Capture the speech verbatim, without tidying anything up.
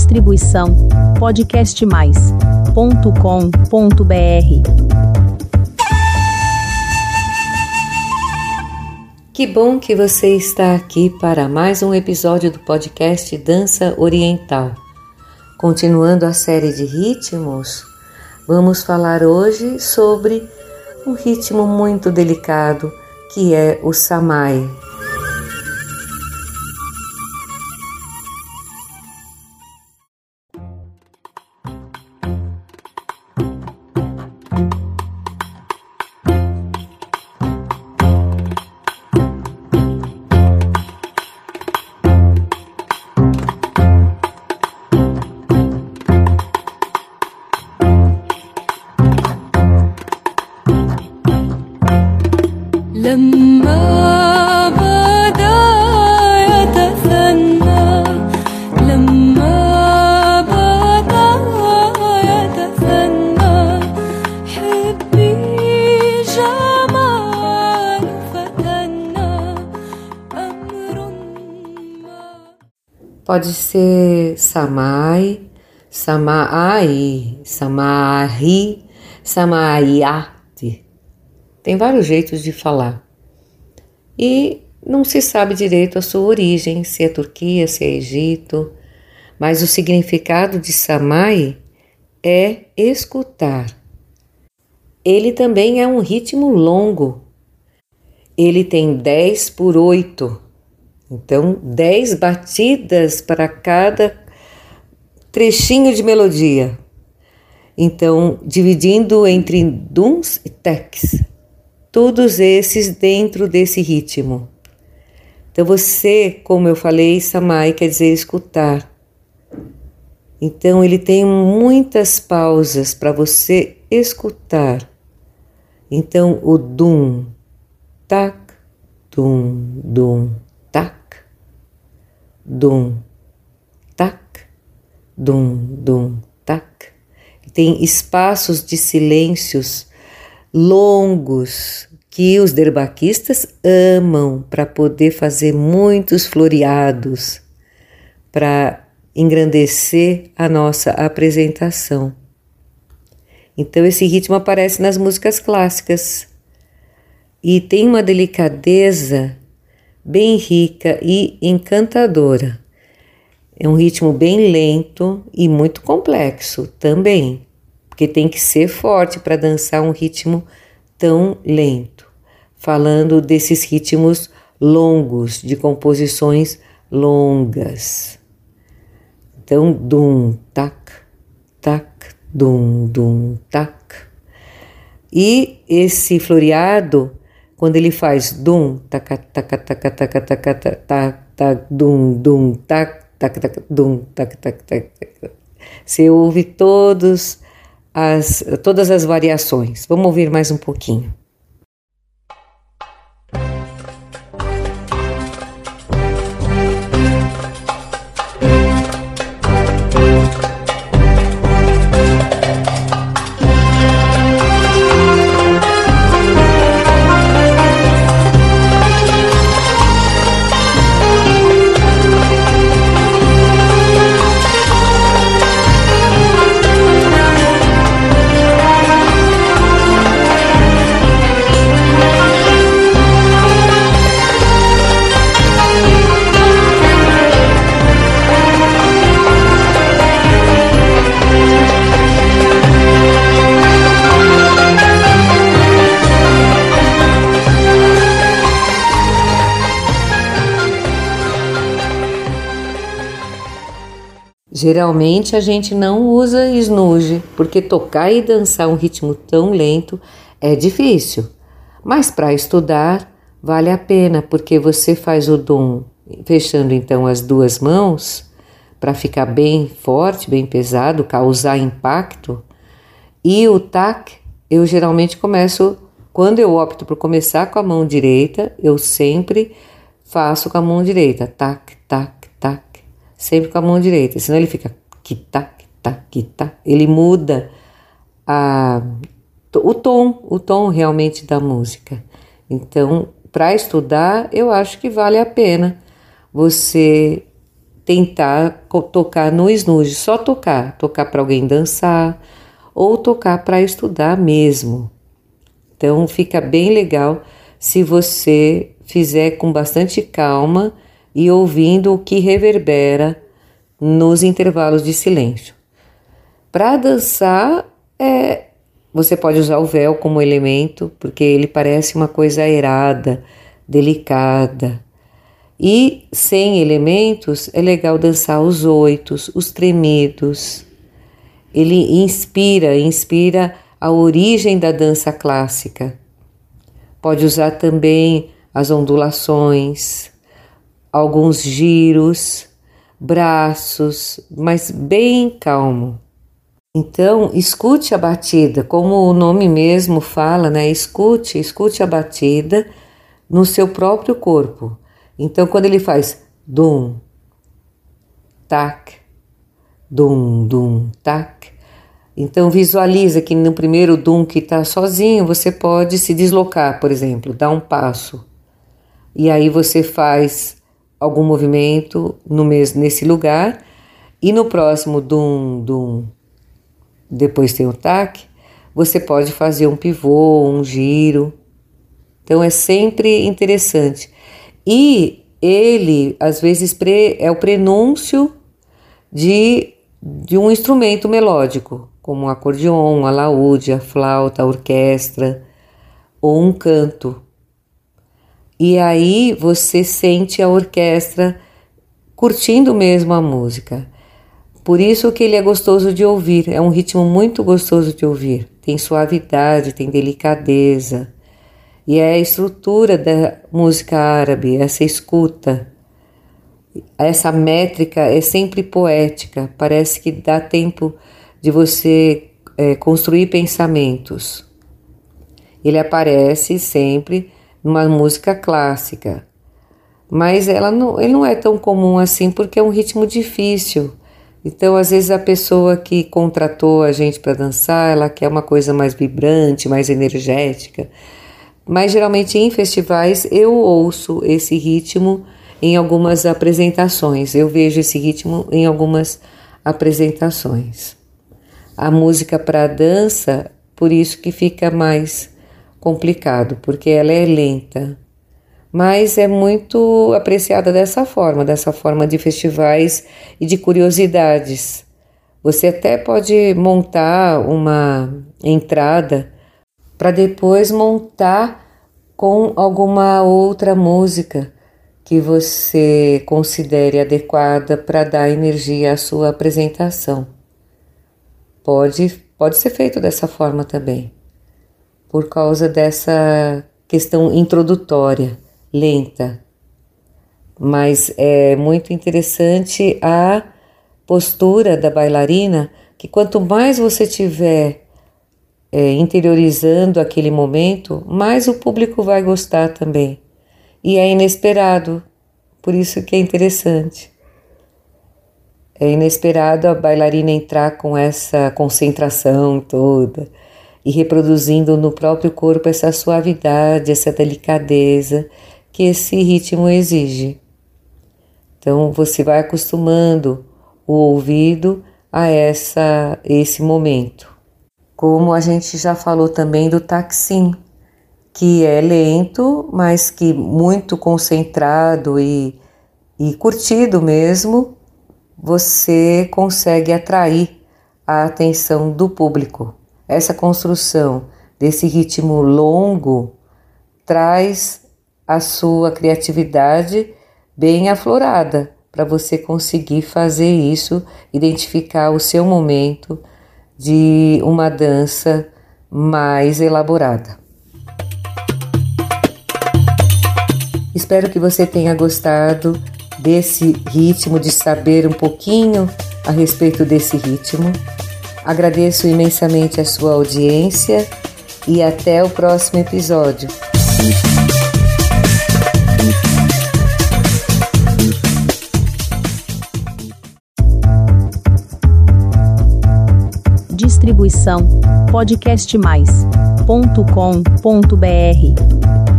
Distribuição podcast mais ponto com ponto b r. Que bom que você está aqui para mais um episódio do podcast Dança Oriental. Continuando a série de ritmos, vamos falar hoje sobre um ritmo muito delicado que é o Samai. Pode ser Samai, Samai, Samari, Samaiate. Tem vários jeitos de falar. E não se sabe direito a sua origem, se é Turquia, se é Egito. Mas o significado de Samai é escutar. Ele também é um ritmo longo. Ele tem dez por oito. Então, dez batidas para cada trechinho de melodia. Então, dividindo entre duns e tecs. Todos esses dentro desse ritmo. Então, você, como eu falei, Samai quer dizer escutar. Então, ele tem muitas pausas para você escutar. Então, o dum, tac, dum, dum. Tac, dum, tac, dum, dum, tac. Tem espaços de silêncios longos que os derbaquistas amam para poder fazer muitos floreados, para engrandecer a nossa apresentação. Então esse ritmo aparece nas músicas clássicas e tem uma delicadeza bem rica e encantadora. É um ritmo bem lento e muito complexo também, porque tem que ser forte para dançar um ritmo tão lento. Falando desses ritmos longos, de composições longas. Então, dum, tac, tac, dum, dum, tac. E esse floreado, quando ele faz dum, taca, taca, taca, taca, taca, taca, tac, dum, dum, tac, tac, tac, dum, tac, tac, tac, tac. Você ouve todos as, todas as variações. Vamos ouvir mais um pouquinho. Geralmente a gente não usa snooze, porque tocar e dançar um ritmo tão lento é difícil. Mas para estudar vale a pena, porque você faz o dum fechando então as duas mãos para ficar bem forte, bem pesado, causar impacto. E o tac, eu geralmente começo, quando eu opto por começar com a mão direita, eu sempre faço com a mão direita, tac, tac, tac. Sempre com a mão direita, senão ele fica quitá, quitá, quitá. Ele muda a, o tom, o tom realmente da música. Então, para estudar, eu acho que vale a pena você tentar tocar no snooze, só tocar, tocar para alguém dançar ou tocar para estudar mesmo. Então fica bem legal se você fizer com bastante calma e ouvindo o que reverbera nos intervalos de silêncio. Para dançar, é, você pode usar o véu como elemento, porque ele parece uma coisa aerada, delicada. E sem elementos, é legal dançar os oitos, os tremidos. Ele inspira, inspira a origem da dança clássica. Pode usar também as ondulações, alguns giros, braços, mas bem calmo. Então, escute a batida, como o nome mesmo fala, né? Escute, escute a batida no seu próprio corpo. Então, quando ele faz dum, tac, dum, dum, tac, então visualiza que no primeiro dum que está sozinho, você pode se deslocar, por exemplo, dar um passo. E aí você faz algum movimento no mesmo, nesse lugar, e no próximo dum, dum, depois tem o tac, você pode fazer um pivô, um giro. Então é sempre interessante. E ele, às vezes, pre, é o prenúncio de, de um instrumento melódico, como um acordeon, um alaúde, a flauta, a orquestra, ou um canto. E aí você sente a orquestra curtindo mesmo a música. Por isso que ele é gostoso de ouvir, é um ritmo muito gostoso de ouvir. Tem suavidade, tem delicadeza. E é a estrutura da música árabe, essa escuta, essa métrica é sempre poética, parece que dá tempo de você é, construir pensamentos. Ele aparece sempre numa música clássica, mas ela não, ele não é tão comum assim porque é um ritmo difícil. Então, às vezes, a pessoa que contratou a gente para dançar, ela quer uma coisa mais vibrante, mais energética. Mas, geralmente, em festivais, eu ouço esse ritmo em algumas apresentações. Eu vejo esse ritmo em algumas apresentações. A música para dança, por isso que fica mais complicado, porque ela é lenta. Mas é muito apreciada dessa forma, dessa forma de festivais e de curiosidades. Você até pode montar uma entrada para depois montar com alguma outra música que você considere adequada para dar energia à sua apresentação. Pode, pode ser feito dessa forma também, por causa dessa questão introdutória, lenta, mas é muito interessante a postura da bailarina, que quanto mais você tiver é, interiorizando aquele momento, mais o público vai gostar também. E é inesperado, por isso que é interessante. É inesperado a bailarina entrar com essa concentração toda e reproduzindo no próprio corpo essa suavidade, essa delicadeza que esse ritmo exige. Então você vai acostumando o ouvido a essa, esse momento. Como a gente já falou também do taksim, que é lento, mas que muito concentrado e, e curtido mesmo, você consegue atrair a atenção do público. Essa construção desse ritmo longo traz a sua criatividade bem aflorada para você conseguir fazer isso, identificar o seu momento de uma dança mais elaborada. Espero que você tenha gostado desse ritmo, de saber um pouquinho a respeito desse ritmo. Agradeço imensamente a sua audiência e até o próximo episódio. Distribuição podcast mais ponto com ponto br